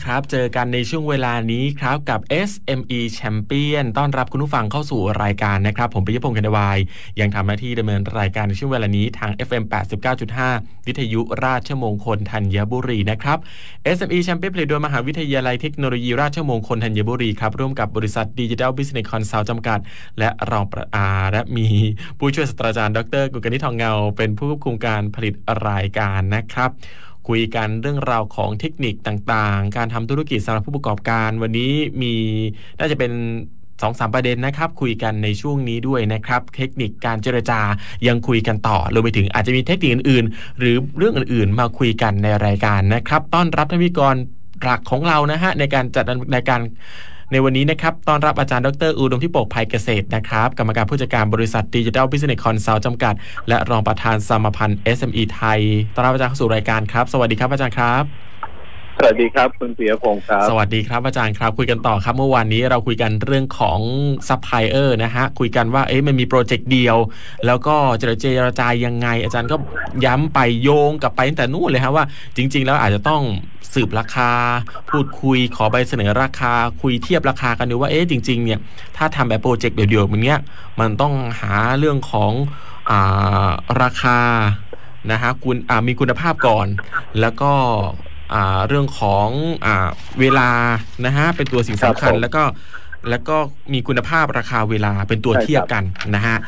ครับเจอกันในช่วงเวลานี้ครับกับ SME Champion ต้อนรับคุณผู้ฟังเข้าสู่รายการนะครับผมปิยพงษ์ กนวายยังทำหน้าที่ดำเนินรายการในช่วงเวลานี้ทาง FM 89.5 วิทยุราชมงคลธัญบุรีนะครับ SME Champion ผลิตโดยมหาวิทยาลัยเทคโนโลยีราชมงคลธัญบุรีครับร่วมกับบริษัท Digital Business Consult จำกัดและรองและมีผู้ช่วยศาสตราจารย์ดร.กุลกนิษฐ์ ทองเงาเป็นผู้ควบคุมการผลิตรายการนะครับคุยกันเรื่องราวของเทคนิคต่างๆการทำธุรกิจสำหรับผู้ประกอบการวันนี้มีน่าจะเป็น 2-3 ประเด็นนะครับคุยกันในช่วงนี้ด้วยนะครับเทคนิคการเจรจายังคุยกันต่อรวมไปถึงอาจจะมีเทคนิคอื่นๆหรือเรื่องอื่นๆมาคุยกันในรายการนะครับต้อนรับท่านพิธีกรหลักของเรานะฮะในการจัดรายการในวันนี้นะครับต้อนรับอาจารย์ดร.อุดมพิปกภัยเกษตรนะครับกรรมการผู้จัดการบริษัท Digital Business Consult จำกัดและรองประธานสมาพันธ์ SME ไทยต้อนรับอาจารย์เข้าสู่รายการครับสวัสดีครับอาจารย์ครับสวัสดีครับคุณปิยพงศ์ครับสวัสดีครับอาจารย์ครับคุยกันต่อครับเมื่อวานนี้เราคุยกันเรื่องของซัพพลายเออร์นะฮะคุยกันว่ามันมีโปรเจกต์เดียวแล้วก็เจรจายังไงอาจารย์ก็ย้ำไปโยงกลับไปตั้งแต่นู่นเลยฮะว่าจริงๆแล้วอาจจะต้องสืบราคาพูดคุยขอใบเสนอราคาคุยเทียบราคากันดูว่าจริงๆเนี่ยถ้าทำแบบโปรเจกต์เดียวๆแบบนี้มันต้องหาเรื่องของราคานะฮะมีคุณภาพก่อนแล้วก็เรื่องของเวลานะฮะเป็นตัวสิ่งสำคัญแล้วก็มีคุณภาพราคาเวลาเป็นตัวเทียบกันนะฮะ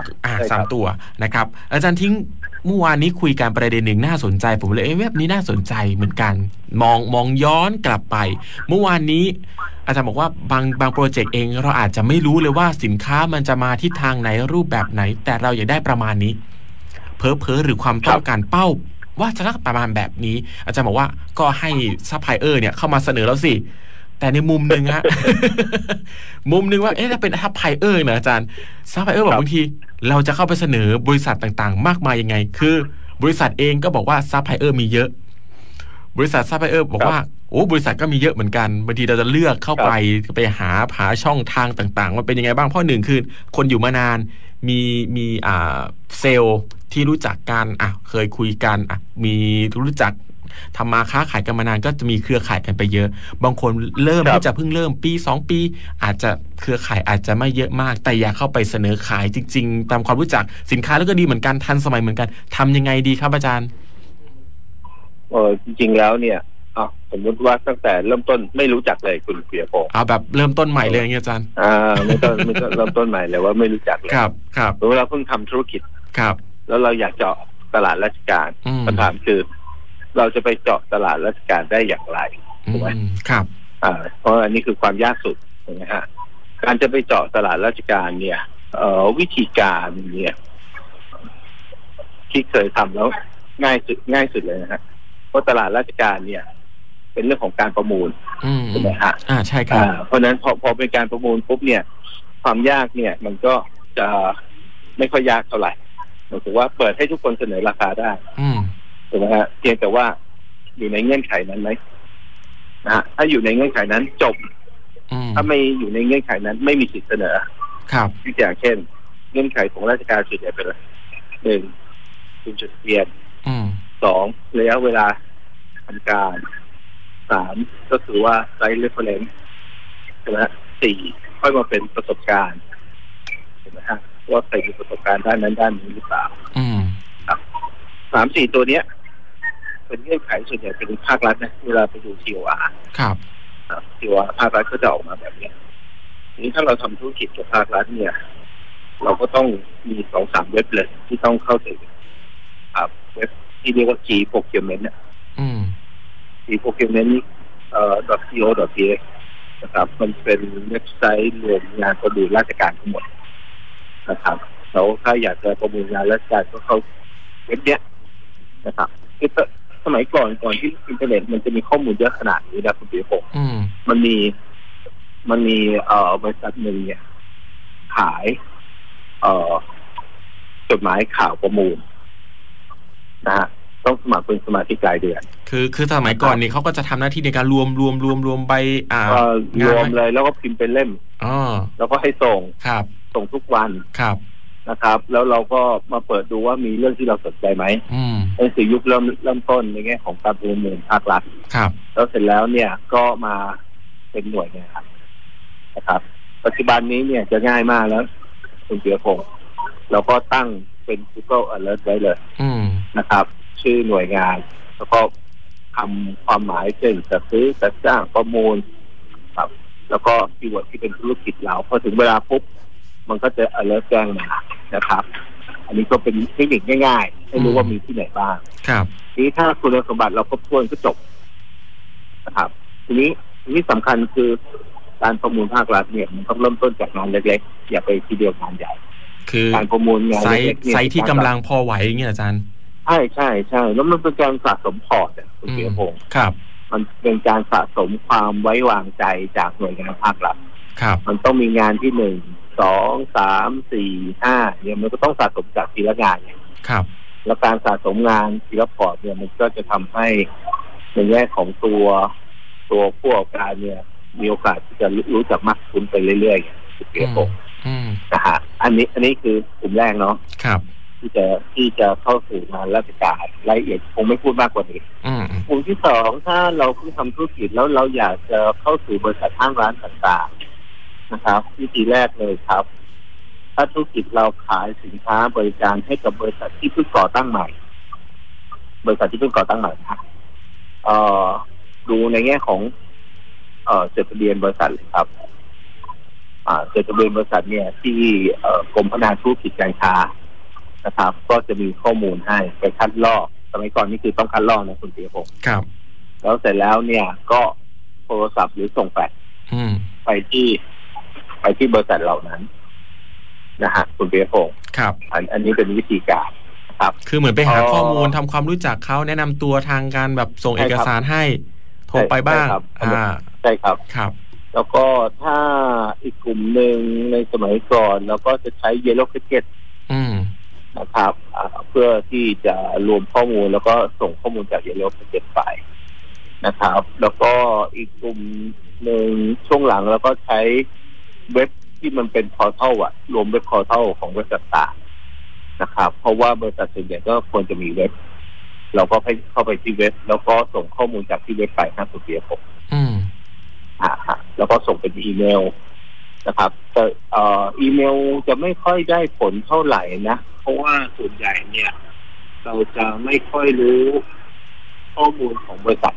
3 ตัวนะครับอาจารย์ทิ้งเมื่อวานนี้คุยกันประเด็นหนึ่งน่าสนใจผมเลยเว็บนี้น่าสนใจเหมือนกันมองย้อนกลับไปเมื่อวานนี้อาจารย์บอกว่าบางโปรเจกต์เองเราอาจจะไม่รู้เลยว่าสินค้ามันจะมาทิศทางไหนรูปแบบไหนแต่เราอยากได้ประมาณนี้เพ้อหรือความต้องการเป้าว่าจะรักประมาณแบบนี้อาจารย์บอกว่าก็ให้ซัพพลายเออร์เนี่ยเข้ามาเสนอแล้วสิแต่ในมุมหนึ่งฮะ มุมหนึ่งว่าถ้าเป็นซัพพลายเออร์นะอาจารย์ซัพพลายเออร์บอกบางทีเราจะเข้าไปเสนอบริษัทต่างๆมากมายยังไงคือบริษัทเองก็บอกว่าซัพพลายเออร์มีเยอะบริษัทซัพพลายเออร์บอกว่าบริษัทก็มีเยอะเหมือนกันบางทีเราจะเลือกเข้าไปหาช่องทางต่างๆว่าเป็นยังไงบ้างเพราะหนึ่งคือคนอยู่มานานมีเซลล์ที่รู้จักกันเคยคุยกันมีรู้จักทำมาค้าขายกันมานานก็จะมีเครือข่ายกันไปเยอะบางคนที่จะเพิ่งเริ่มปี2ปีอาจจะเครือข่ายอาจจะไม่เยอะมากแต่อยากเข้าไปเสนอขายจริงๆตามความรู้จักสินค้าแล้วก็ดีเหมือนกันทันสมัยเหมือนกันทำยังไงดีครับอาจารย์จริงๆแล้วเนี่ยสมมติว่าตั้งแต่เริ่มต้นไม่รู้จักเลยคุณเปียพงศ์แบบเริ่มต้นใหม่เลยอย่างเงี้ยอาจารย์ไม่ต้องเริ่มต้นใหม่เลยว่าไม่รู้จักเลยครับเวลาเพิ่งทำธุรกิจครับแล้วเราอยากเจาะตลาดราชการคำถามคือเราจะไปเจาะตลาดราชการได้อย่างไรถูกไหมครับเพราะอันนี้คือความยากสุดนะฮะการจะไปเจาะตลาดราชการเนี่ยวิธีการเนี่ยที่เคยทำแล้วง่ายสุดเลยนะฮะเพราะตลาดราชการเนี่ยเป็นเรื่องของการประมูลใช่ไหมฮะใช่ครับเพราะนั้นพอเป็นการประมูลปุ๊บเนี่ยความยากเนี่ยมันก็จะไม่ค่อยยากเท่าไหร่หมายถึงว่าเปิดให้ทุกคนเสนอราคาได้ถูกไหมฮะเพียงแต่ว่าอยู่ในเงื่อนไขนั้นไหมนะฮะถ้าอยู่ในเงื่อนไขนั้นจบถ้าไม่อยู่ในเงื่อนไขนั้นไม่มีสิทธิเสนอครับอย่างเช่นเงื่อนไขของราชการส่วนใหญ่เป็นอะไร1คุณจดทะเบียน2ระยะเวลาทำการ3ก็คือว่าไซส์เรฟเฟอเรนซ์ใช่ไหม4ค่อยมาเป็นประสบการณ์ใช่ไหมฮะว่าใครมีประสบการณ์ด้านนั้นด้านนี้หรือเปล่า3-4 ตัวเนี้ยเป็นเงื่อนไขส่วนใหญ่เป็นภาครัฐนะเวลาไปดู TOR ครับ TOR ภาครัฐก็จะออกมาแบบนี้ทีนี้ถ้าเราทำธุรกิจกับภาครัฐเนี่ยเราก็ต้องมี 2-3 เว็บเลยที่ต้องเข้าถึงเว็บที่เรียกว่า G procurement เนี่ยG procurement .co.th นะครับมันเป็นเว็บไซต์รวมงานประมูลราชการทั้งหมดนะครับแล้วถ้าอยากจะประมูลงานราชการก็เข้าเว็บเนี้ยนะครับคือสมัยก่อนที่อินเทอร์เน็ตมันจะมีข้อมูลเยอะขนาดนี้นะคุณปีพงศ์มันมีบริษัทหนึ่งเนี่ยขายจดหมายข่าวประมูลนะฮะต้องสมัครเป็นสมาชิกรายเดือนคือสมัยก่อนนี่เขาก็จะทำหน้าที่ในการรวมใบรวมเลยแล้วก็พิมพ์เป็นเล่มแล้วก็ให้ส่งทุกวันครับนะครับ แล้วเราก็มาเปิดดูว่ามีเรื่องที่เราสนใจไหมในสื่อยุคเริ่มต้นในแง่ของการประเมินภาครัฐครับแล้วเสร็จแล้วเนี่ยก็มาเป็นหน่วยงานนะครับปัจจุบันนี้เนี่ยจะง่ายมากแล้วคุณเปียพงศ์เราก็ตั้งเป็น Google Alert ไว้เลยนะครับชื่อหน่วยงานแล้วก็ทำความหมายเช่นจัดซื้อจัดจ้างประมูลครับแล้วก็คีย์เวิร์ดที่เป็นธุรกิจเราพอถึงเวลาปุ๊บมันก็จะ alert แจ้งมานะครับอันนี้ก็เป็นเทคนิคง่ายๆให้รู้ว่ามีที่ไหนบ้างครับทีนี้ถ้าคุณสมบัติเราครบถ้วนก็จบนะครับทีนี้สำคัญคือการประมูลภาครัฐเนี่ยมันต้องเริ่มต้นจากงานเล็กๆอย่าไปทีเดียวงานใหญ่คือการประมูลงานเล็กๆไซส์ที่กำลังพอไหวอย่างเงี้ยอาจารย์ใช่แล้วมันเป็นการสะสมพอร์ตคุณเกียรติพงศ์ครับมันเป็นการสะสมความไว้วางใจจากหน่วยงานภาครัฐครับมันต้องมีงานที่1 2 3 4 5เนี่ยมันก็ต้องสะสมจากทีละงานเนี่ยครับแล้วการสะสมงานทีละพอร์ตเนี่ยมันก็จะทำให้ในแง่ของตัวผู้ประกอบการเนี่ยมีโอกาสที่จะรู้จักมากขึ้นไปเรื่อยๆคุณเกียรติพงศ์นะฮะอันนี้คือกลุ่มแรกเนาะครับที่จะเข้าสู่งานราชการรายละเอียดคงไม่พูดมากกว่านี้กลุ่มที่2ถ้าเราเพิ่งทำธุรกิจแล้วเราอยากจะเข้าสู่บริษัทห้างร้านต่างๆนะครับวิธีแรกเลยครับถ้าธุรกิจเราขายสินค้าบริการให้กับบริษัทที่เพิ่งก่อตั้งใหม่นะดูในแง่ของจดทะเบียนบริษัทเลยครับจดทะเบียนบริษัทเนี่ยที่กรมพัฒนาธุรกิจการค้านะครับก็จะมีข้อมูลให้ไปคัดลอกสมัยก่อนนี่คือต้องคัดลอกนะคุณเปียพงศ์ครับแล้วเสร็จแล้วเนี่ยก็โทรศัพท์หรือส่งแฟกซ์ไปที่บริษัทเหล่านั้นนะฮะคุณเปียพงศ์ครับอันนี้เป็นวิธีการครับคือเหมือนไปหาข้อมูลทำความรู้จักเขาแนะนำตัวทางการแบบส่งเอกสารให้โทรไปบ้างใช่ครับครับแล้วก็ถ้าอีกกลุ่มหนึ่งในสมัยก่อนเราก็จะใช้ Yellow Packetนะครับเพื่อที่จะรวมข้อมูลแล้วก็ส่งข้อมูลจาก Yellow Packet ไปนะครับแล้วก็อีกกลุ่มหนึ่งช่วงหลังแล้วก็ใช้เว็บที่มันเป็นพอร์ทัลรวมเว็บพอร์ทัลของบริษัทต่างนะครับเพราะว่าบริษัทส่วนใหญ่ก็ควรจะมีเว็บเราก็เข้าไปที่เว็บแล้วก็ส่งข้อมูลจากที่เว็บไปนะคุณเปียพงศ์แล้วก็ส่งเป็นอีเมลนะครับแต่อีเมลจะไม่ค่อยได้ผลเท่าไหร่นะเพราะว่าส่วนใหญ่เนี่ยเราจะไม่ค่อยรู้ข้อมูลของบริษัท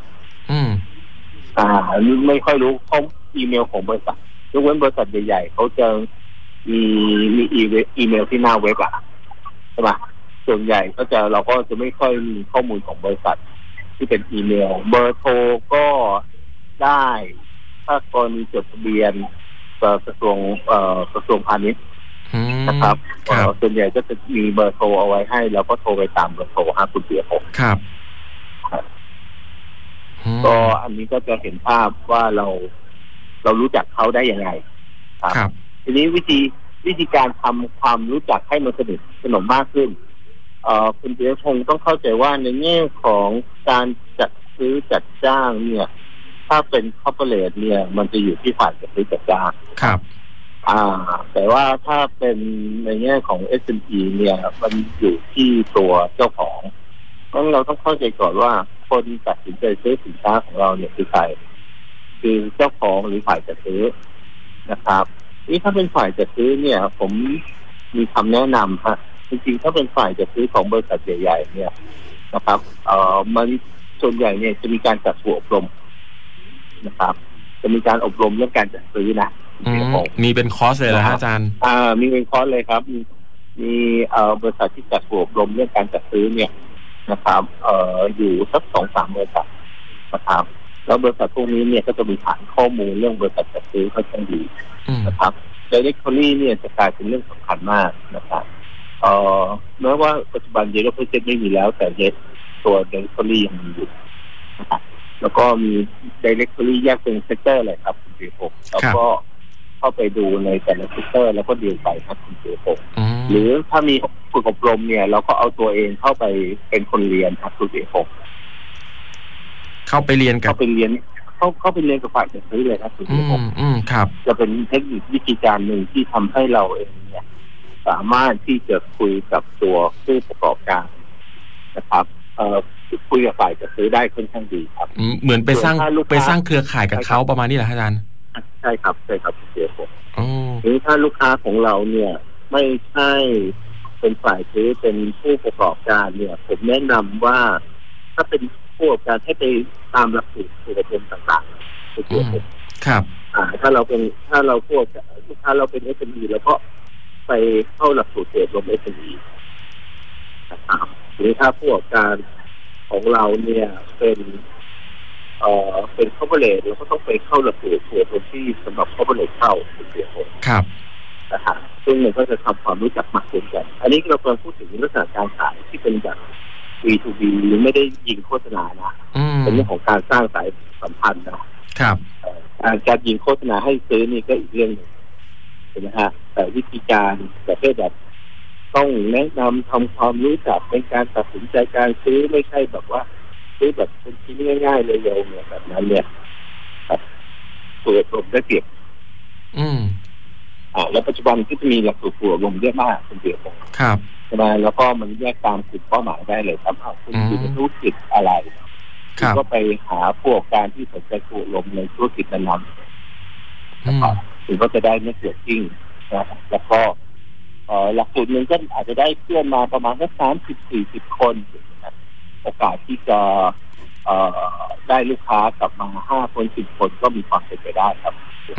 ไม่ค่อยรู้ข้ออีเมลของบริษัทยกเว้นบริษัทใหญ่ๆเขาจะมีอีเมลที่หน้าเว็บใช่ไหมส่วนใหญ่เราก็จะไม่ค่อยมีข้อมูลของบริษัทที่เป็นอีเมลเบอร์โทรก็ได้ถ้ากรณีจดทะเบียนกระทรวงพาณิชย์นะครับส่วนใหญ่ก็จะมีเบอร์โทรเอาไว้ให้แล้วก็โทรไปตามเบอร์โทรคุณเปียพงศ์ครับก็อันนี้ก็จะเห็นภาพว่าเรารู้จักเขาได้ยังไงครับทีนี้วิธีการทำความรู้จักให้มันสนิทสนมมากขึ้นคุณเปียพงศ์ต้องเข้าใจว่าในแง่ของการจัดซื้อจัดจ้างเนี่ยถ้าเป็นคอร์ปอเรทเนี่ยมันจะอยู่ที่ฝ่ายจัดซื้อจัดจ้างครับแต่ว่าถ้าเป็นในแง่ของ SME เนี่ยมันอยู่ที่ตัวเจ้าของเพราะเราต้องเข้าใจก่อนว่าคนตัดสินใจซื้อสินค้าของเราเนี่ยคือใครคือเจ้าของหรือฝ่ายจัดซื้อนะครับนี่ถ้าเป็นฝ่ายจัดซื้อเนี่ยผมมีคำแนะนำครับจริงๆถ้าเป็นฝ่ายจัดซื้อของบริษัทใหญ่ๆเนี่ยนะครับมันส่วนใหญ่เนี่ยจะมีการจัดอบรมนะครับจะมีการอบรมเรื่องการจัดซื้อนะมีเป็นคอร์สเลยเหรออาจารย์มีเป็นคอร์สเลยครับมีบริษัทที่จัดอบรมเรื่องการจัดซื้อเนี่ยนะครับอยู่สัก 2-3 บริษัทนะครับแล้วบริษัทพวกนี้เนี่ยก็จะมีฐานข้อมูลเรื่องบริษัทจัดซื้อค่อนข้างดีนะครับ Directory เนี่ยจะกลายเป็นเรื่องสำคัญมากนะครับแม้ว่าปัจจุบัน Yellow Packet ไม่มีแล้วแต่ตัว Directory ยังมีอยู่นะครับแล้วก็มี Directory แยกเป็นเซกเตอร์เลยครับคุณเปียพงศ์แล้วก็เข้าไปดูในแต่ละเซกเตอร์แล้วก็ดีลไปครับคุณเปียพงศ์หรือถ้ามีฝึกอบรมเนี่ยเราก็เอาตัวเองเข้าไปเป็นคนเรียนครับคุณเปียพงศ์เข้าไปเรียนกับฝ่ายจัดซื้อเลยครับคุณเปียพงศ์ครับจะเป็นเทคนิควิธีการหนึ่งที่ทำให้เราเองเนี่ยสามารถที่จะคุยกับตัวผู้ประกอบการนะครับคุยกับฝ่ายจะซื้อได้ค่อนข้างดีครับเหมือนไปสร้างเครือข่ายกับเขาประมาณนี้เหรออาจารย์ใช่ครับเสียผมหรือถ้าลูกค้าของเราเนี่ยไม่ใช่เป็นฝ่ายซื้อเป็นผู้ประกอบการเนี่ยผมแนะนำว่าถ้าเป็นผู้ประกอบการให้ไปตามหลักสูตรอบรมต่างๆเสียผมครับถ้าเราพวกลูกค้าเราเป็น SME แล้วก็ไปเข้าหลักสูตรอบรม SME นะครับหรือถ้าผู้ประกอบการของเราเนี่ยเป็นcorporateเราก็ต้องไปเข้าหลักสูตรอบรมที่สำหรับcorporateเข้าเสียผมครับนะครับซึ่งมันก็จะทำความรู้จักมากขึ้นกันอันนี้เรากำลังพูดถึงลักษณะการขายที่เป็นแบบ B2B ไม่ได้ยิงโฆษณานะเป็นเรื่องของการสร้างสายสัมพันธ์นะครับการยิงโฆษณาให้ซื้อนี่ก็อีกเรื่องหนึ่งใช่ไหมฮะแต่วิธีการประเภทแบบต้องแนะนำทำความรู้จักในการตัดสินใจการซื้อไม่ใช่แบบว่าซื้อแบบเป็นชิ้นง่ายๆเลยเร็วเนี่ยแบบนั้นเนี่ยตัวอบรมได้เปรียบแล้วปัจจุบันที่จะมีหลักสูตรอบรมเยอะมากเป็นเปรียบครับใช่ไหมแล้วก็มันแยกตามกลุ่มเป้าหมายได้เลยครับคุณอยู่ในธุรกิจอะไรคุณก็ไปหาพวกการที่สนใจอบรมในธุรกิจนั้นๆนะครับคุณก็จะได้เน็ตเวิร์กิ่งนะแล้วก็หลักสูตรนึงก็อาจจะได้เพื่อนมาประมาณสัก30-40 คนโอกาสที่จะได้ลูกค้ากลับมา5 คน10 คนก็มีความเป็นไปได้ครับ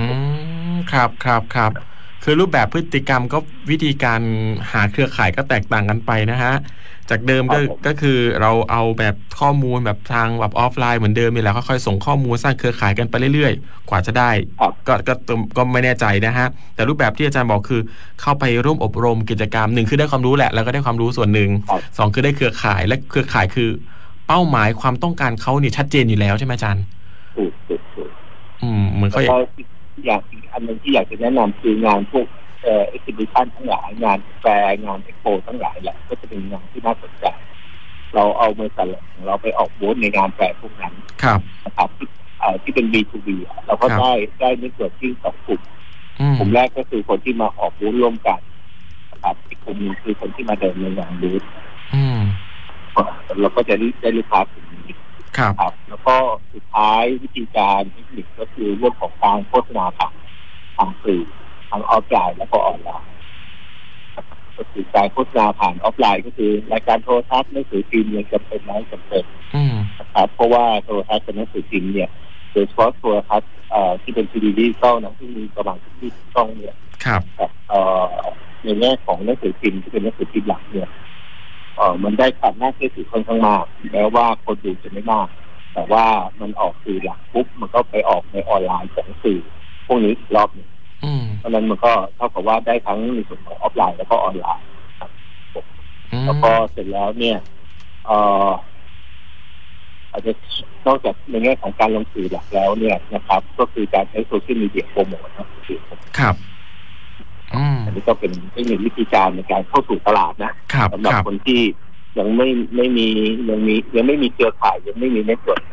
ครับคือรูปแบบพฤติกรรมก็วิธีการหาเครือข่ายก็แตกต่างกันไปนะฮะจากเดิมก็คือเราเอาแบบข้อมูลแบบทางแบบออฟไลน์เหมือนเดิมนี่แหละค่อยๆส่งข้อมูลสร้างเครือข่ายกันไปเรื่อยๆกว่าจะได้ก็ไม่แน่ใจนะฮะแต่รูปแบบที่อาจารย์บอกคือเข้าไปร่วมอบรมกิจกรรม1คือได้ความรู้แหละแล้วก็ได้ความรู้ส่วนหนึ่ง2คือได้เครือข่ายและเครือข่ายคือเป้าหมายความต้องการเขาเนี่ยชัดเจนอยู่แล้วใช่ไหมอาจารย์ถูกเหมือนเขาอย่างอันนึงที่อยากจะแนะนำคืองานพวกexhibition ทั้งหลายงานแฟร์งานเอ็กโปทั้งหลายแหละก็จะเป็นงานที่น่าสนใจเราเอาบริษัทของเราไปออกบูธในงานแฟร์พวกนั้นนะครับที่เป็น B2B เราก็ได้เน็ตเวิร์คกิ้ง2 กลุ่มแรกก็คือคนที่มาออกบูธร่วมกันนะครับอีกกลุ่มนึงคือคนที่มาเดินในงานบูธเราก็จะได้ลูกค้ากลุ่มนี้ครับแล้วก็สุดท้ายวิธีการเทคนิคก็คือเรื่องของการโฆษณาทางสื่อทางออฟไลน์แล้วก็ออนไลน์ก็คือการโฆษณาผ่านออฟไลน์ก็คือรายการโทรทัศน์หนังสือพิมพ์ยังจำเป็นนะครับเพราะว่าโทรทัศน์กับหนังสือพิมพ์เนี่ยโดยเฉพาะโทรทัศน์ที่เป็นทีวีดิจิตอลนะที่มีประมาณที่ต้องเนี่ยกับในแง่ของหนังสือพิมพ์ที่เป็นหนังสือพิมพ์หลักเนี่ยมันได้ความน่าเชื่อถือค่อนข้างมากแม้ว่าคนดูจะไม่มากแต่ว่ามันออกสื่อหลักปุ๊บมันก็ไปออกในออนไลน์ของสื่อพวกนี้อีกรอบนึงเพราะนั้นมันก็เท่ากับว่าได้ทั้งในส่วนของออฟไลน์แล้วก็ออนไลน์แล้วก็เสร็จแล้วเนี่ยอาจจะนอกจากในแง่ของการลงสื่อหลักแล้วเนี่ยนะครับก็คือการใช้โซเชียลมีเดียโปรโมทครับอันนี้ก็เป็นเทคนิควิธีการในการเข้าสู่ตลาดนะสำหรับคนที่ยังไม่มีเครือข่ายยังไม่มีเน็ตเวิร์ค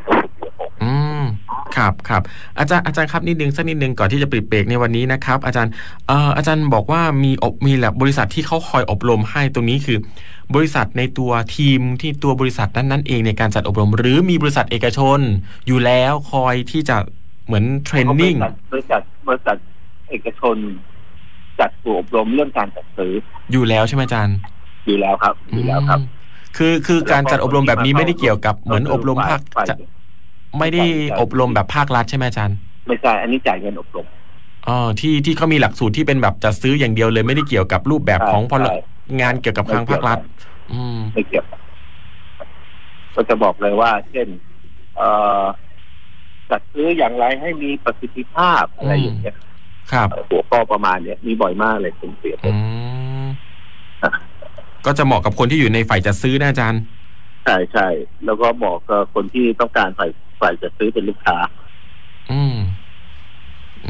ครับอาจารย์ครับสักนิดนึงก่อนที่จะปิดเบรกในวันนี้นะครับอาจารย์บอกว่ามีแหละบริษัทที่เขาคอยอบรมให้ตรงนี้คือบริษัทในตัวทีมที่ตัวบริษัทนั้นเองในการจัดอบรมหรือมีบริษัทเอกชนอยู่แล้วคอยที่จะเหมือนเทรนนิ่งบริษัทเอกชนจัดอบรมเรื่องการจัดซื้ออยู่แล้วใช่ไหมอาจารย์อยู่แล้วครับคือการจัดอบรมแบบนี้ไม่ได้เกี่ยวกับเหมือนอบรมภาคไม่ได้อบรมแบบภาครัฐใช่ไหมอาจารย์ไม่ใช่อันนี้จ่ายเงินอบรมที่เขามีหลักสูตรที่เป็นแบบจัดซื้ออย่างเดียวเลยไม่ได้เกี่ยวกับรูปแบบของงานเกี่ยวกับทางภาครัฐไม่เกี่ยวก็จะบอกเลยว่าเช่นจัดซื้ออย่างไรให้มีประสิทธิภาพอะไรอย่างเงี้ยหัวข้อประมาณเนี้ยมีบ่อยมากเลยผมเสียก็จะเหมาะกับคนที่อยู่ในฝ่ายจัดซื้อนะอาจารย์ใช่แล้วก็เหมาะกับคนที่ต้องการฝ่ายจัดซื้อเป็นลูกค้า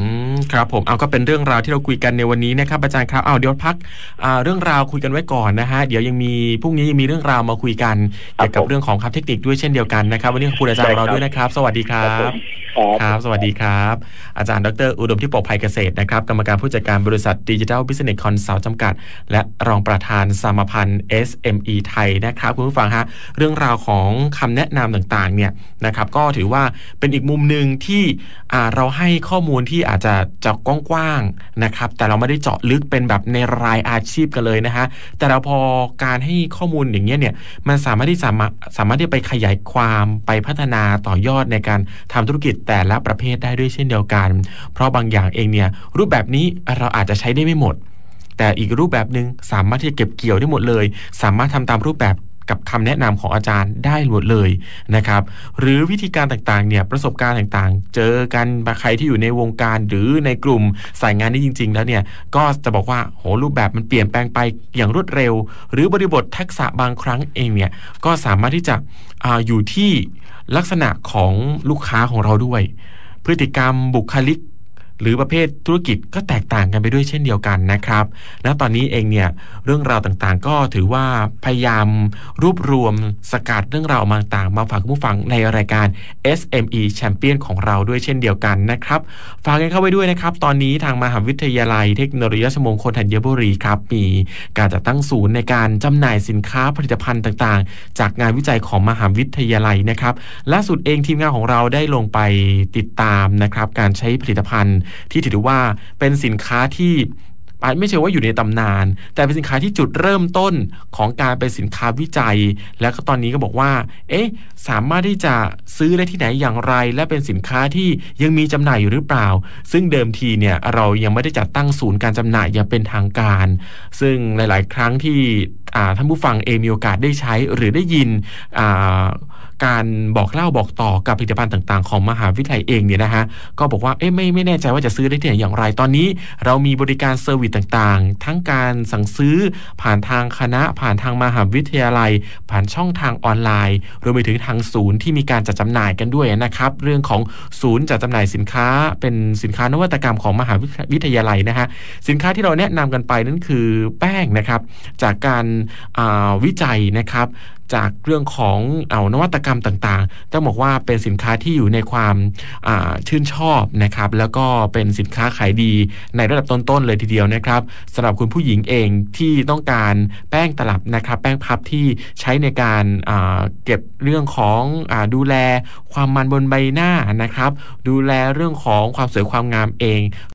ครับผมเอาก็เป็นเรื่องราวที่เราคุยกันในวันนี้นะครับอาจารย์ครับเดี๋ยวพักเรื่องราวคุยกันไว้ก่อนนะฮะเดี๋ยวยังมีพรุ่งนี้ยังมีเรื่องราวมาคุยกันเกี่ยวกับเรื่องของคำเทคนิคด้วยเช่นเดียวกันนะครับวันนี้ขอบคุณอาจารย์เราด้วยนะครับสวัสดีครับครับสวัสดีครับอาจารย์ดร.อุดมทิพย์ปกภัยเกษตรนะครับกรรมการผู้จัดการบริษัท Digital Business Consult จำกัดและรองประธานสมาพันธ์ SME ไทยนะครับคุณผู้ฟังฮะเรื่องราวของคำแนะนำต่างๆเนี่ยนะครับก็ถือว่าเป็นอีกมุมหนึ่งที่เราให้ข้อมูลที่อาจจะเจาะกว้างๆนะครับแต่เราไม่ได้เจาะลึกเป็นแบบในรายอาชีพกันเลยนะฮะแต่เราพอการให้ข้อมูลอย่างเงี้ยเนี่ยมันสามารถที่ไปขยายความไปพัฒนาต่อยอดในการทำธุรกิจแต่ละประเภทได้ด้วยเช่นเดียวกันเพราะบางอย่างเองเนี่ยรูปแบบนี้เราอาจจะใช้ได้ไม่หมดแต่อีกรูปแบบนึงสามารถที่จะเก็บเกี่ยวได้หมดเลยสามารถทำตามรูปแบบกับคำแนะนำของอาจารย์ได้หมดเลยนะครับหรือวิธีการต่างๆเนี่ยประสบการณ์ต่างๆเจอกันใครที่อยู่ในวงการหรือในกลุ่มสายงานนี้จริงๆแล้วเนี่ยก็จะบอกว่าโหรูปแบบมันเปลี่ยนแปลงไปอย่างรวดเร็วหรือบริบททักษะบางครั้งเองเนี่ยก็สามารถที่จะอยู่ที่ลักษณะของลูกค้าของเราด้วยพฤติกรรมบุคลิกหรือประเภทธุรกิจก็แตกต่างกันไปด้วยเช่นเดียวกันนะครับณตอนนี้เองเนี่ยเรื่องราวต่างๆก็ถือว่าพยายามรวบรวมสกัดเรื่องราวต่างๆมาฝากผู้ฟังในรายการ SME Champion ของเราด้วยเช่นเดียวกันนะครับฝากกันเข้าไปด้วยนะครับตอนนี้ทางมหาวิทยาลัยเทคโนโลยีราชมงคลธัญบุรีครับมีการจัดตั้งศูนย์ในการจำหน่ายสินค้าผลิตภัณฑ์ต่างๆจากงานวิจัยของมหาวิทยาลัยนะครับล่าสุดเองทีมงานของเราได้ลงไปติดตามนะครับการใช้ผลิตภัณฑ์ที่ถือว่าเป็นสินค้าที่ไม่ใช่ว่าอยู่ในตำนานแต่เป็นสินค้าที่จุดเริ่มต้นของการเป็นสินค้าวิจัยแล้วก็ตอนนี้ก็บอกว่าสามารถที่จะซื้อได้ที่ไหนอย่างไรและเป็นสินค้าที่ยังมีจำหน่ายอยู่หรือเปล่าซึ่งเดิมทีเนี่ยเรายังไม่ได้จัดตั้งศูนย์การจำหน่ายอย่างเป็นทางการซึ่งหลายๆครั้งที่ท่านผู้ฟังมีโอกาสได้ใช้หรือได้ยินการบอกเล่าบอกต่อกับผลิตภัณฑ์ต่างๆของมหาวิทยาลัยเองเนี่ยนะฮะก็บอกว่าไม่แน่ใจว่าจะซื้อได้ที่ไหนอย่างไรตอนนี้เรามีบริการเซอร์วิสต่างๆทั้งการสั่งซื้อผ่านทางคณะผ่านทางมหาวิทยาลัยผ่านช่องทางออนไลน์รวมไปถึงทางศูนย์ที่มีการจัดจำหน่ายกันด้วยนะครับเรื่องของศูนย์จัดจำหน่ายสินค้าเป็นสินค้านวัตกรรมของมหาวิทยาลัยนะฮะสินค้าที่เราแนะนำกันไปนั่นคือแป้งนะครับจากการวิจัยนะครับจากเรื่องของนวัตกรรมต่างๆต้องบอกว่าเป็นสินค้าที่อยู่ในความชื่นชอบนะครับแล้วก็เป็นสินค้าขายดีในระดับต้นๆเลยทีเดียวนะครับสำหรับคุณผู้หญิงเองที่ต้องการแป้งตลับนะครับแป้งพับที่ใช้ในการเก็บเรื่องของดูแลความมันบนใบหน้านะครับดูแลเรื่องของความสวยความงามเอง